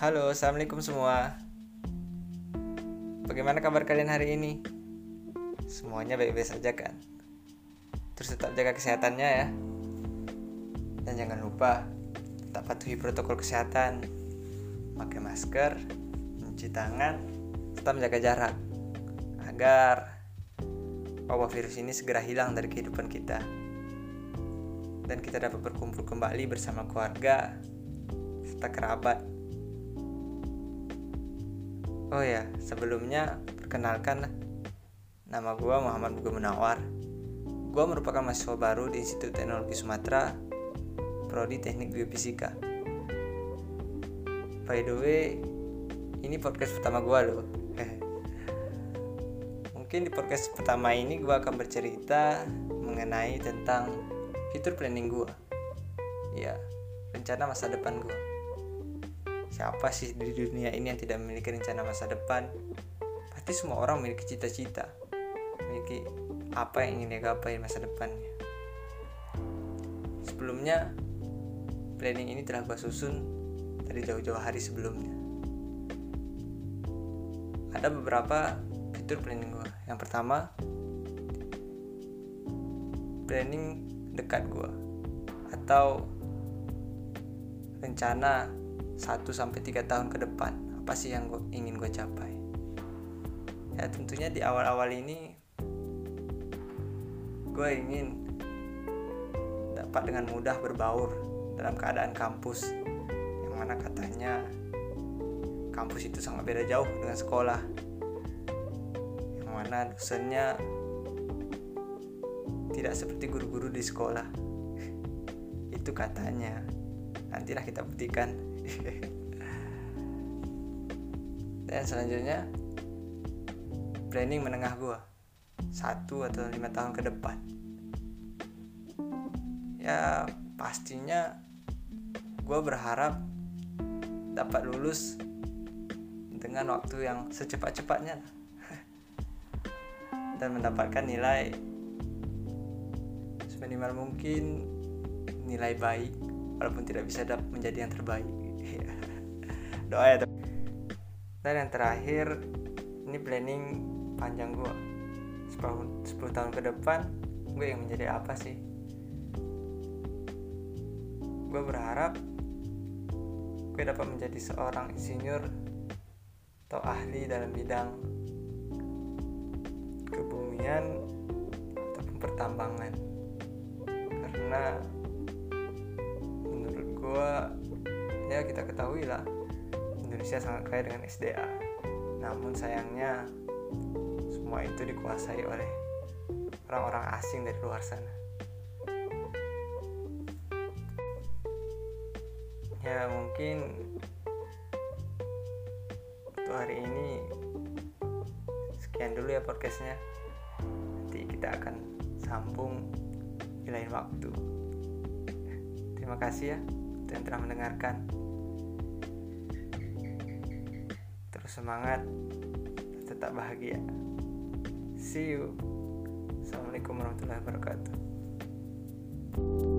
Halo, assalamualaikum semua. Bagaimana kabar kalian hari ini? Semuanya baik-baik saja kan? Terus tetap jaga kesehatannya ya. Dan jangan lupa tetap patuhi protokol kesehatan. Pakai masker, mencuci tangan, tetap menjaga jarak agar wabah virus ini segera hilang dari kehidupan kita. Dan kita dapat berkumpul kembali bersama keluarga serta kerabat. Oh ya, sebelumnya perkenalkan, nama gue Muhammad Buga Munawar. Gue merupakan mahasiswa baru di Institut Teknologi Sumatera, Prodi Teknik Biofisika. By the way, ini podcast pertama gue loh. Mungkin di podcast pertama ini gue akan bercerita mengenai tentang future planning gue. Ya, rencana masa depan gue. Siapa sih di dunia ini yang tidak memiliki rencana masa depan? Pasti semua orang memiliki cita-cita, memiliki apa yang ingin dia gapai masa depannya. Sebelumnya, planning ini telah gue susun dari jauh-jauh hari sebelumnya. Ada beberapa fitur planning gue. Yang pertama, planning dekat gue atau rencana 1-3 tahun ke depan. Apa sih yang ingin gue capai? Ya tentunya di awal-awal ini gue ingin dapat dengan mudah berbaur dalam keadaan kampus, yang mana katanya kampus itu sangat beda jauh dengan sekolah, yang mana dosennya tidak seperti guru-guru di sekolah. Itu katanya. Nantilah kita buktikan. Dan selanjutnya, planning menengah gue 1 atau 5 tahun ke depan. Ya pastinya gue berharap dapat lulus dengan waktu yang secepat-cepatnya dan mendapatkan nilai seminimal mungkin nilai baik, walaupun tidak bisa menjadi yang terbaik. Doa ya. Dan yang terakhir, ini planning panjang gue 10 tahun ke depan. Gue yang menjadi apa sih? Gue berharap gue dapat menjadi seorang insinyur atau ahli dalam bidang kebumian ataupun pertambangan. Karena menurut gue, ya kita ketahui lah, Indonesia sangat kaya dengan SDA. Namun sayangnya semua itu dikuasai oleh orang-orang asing dari luar sana. Ya mungkin untuk hari ini sekian dulu ya podcastnya. Nanti kita akan sambung di lain waktu. Terima kasih ya yang telah mendengarkan. Terus semangat, tetap bahagia. See you. Assalamualaikum warahmatullahi wabarakatuh.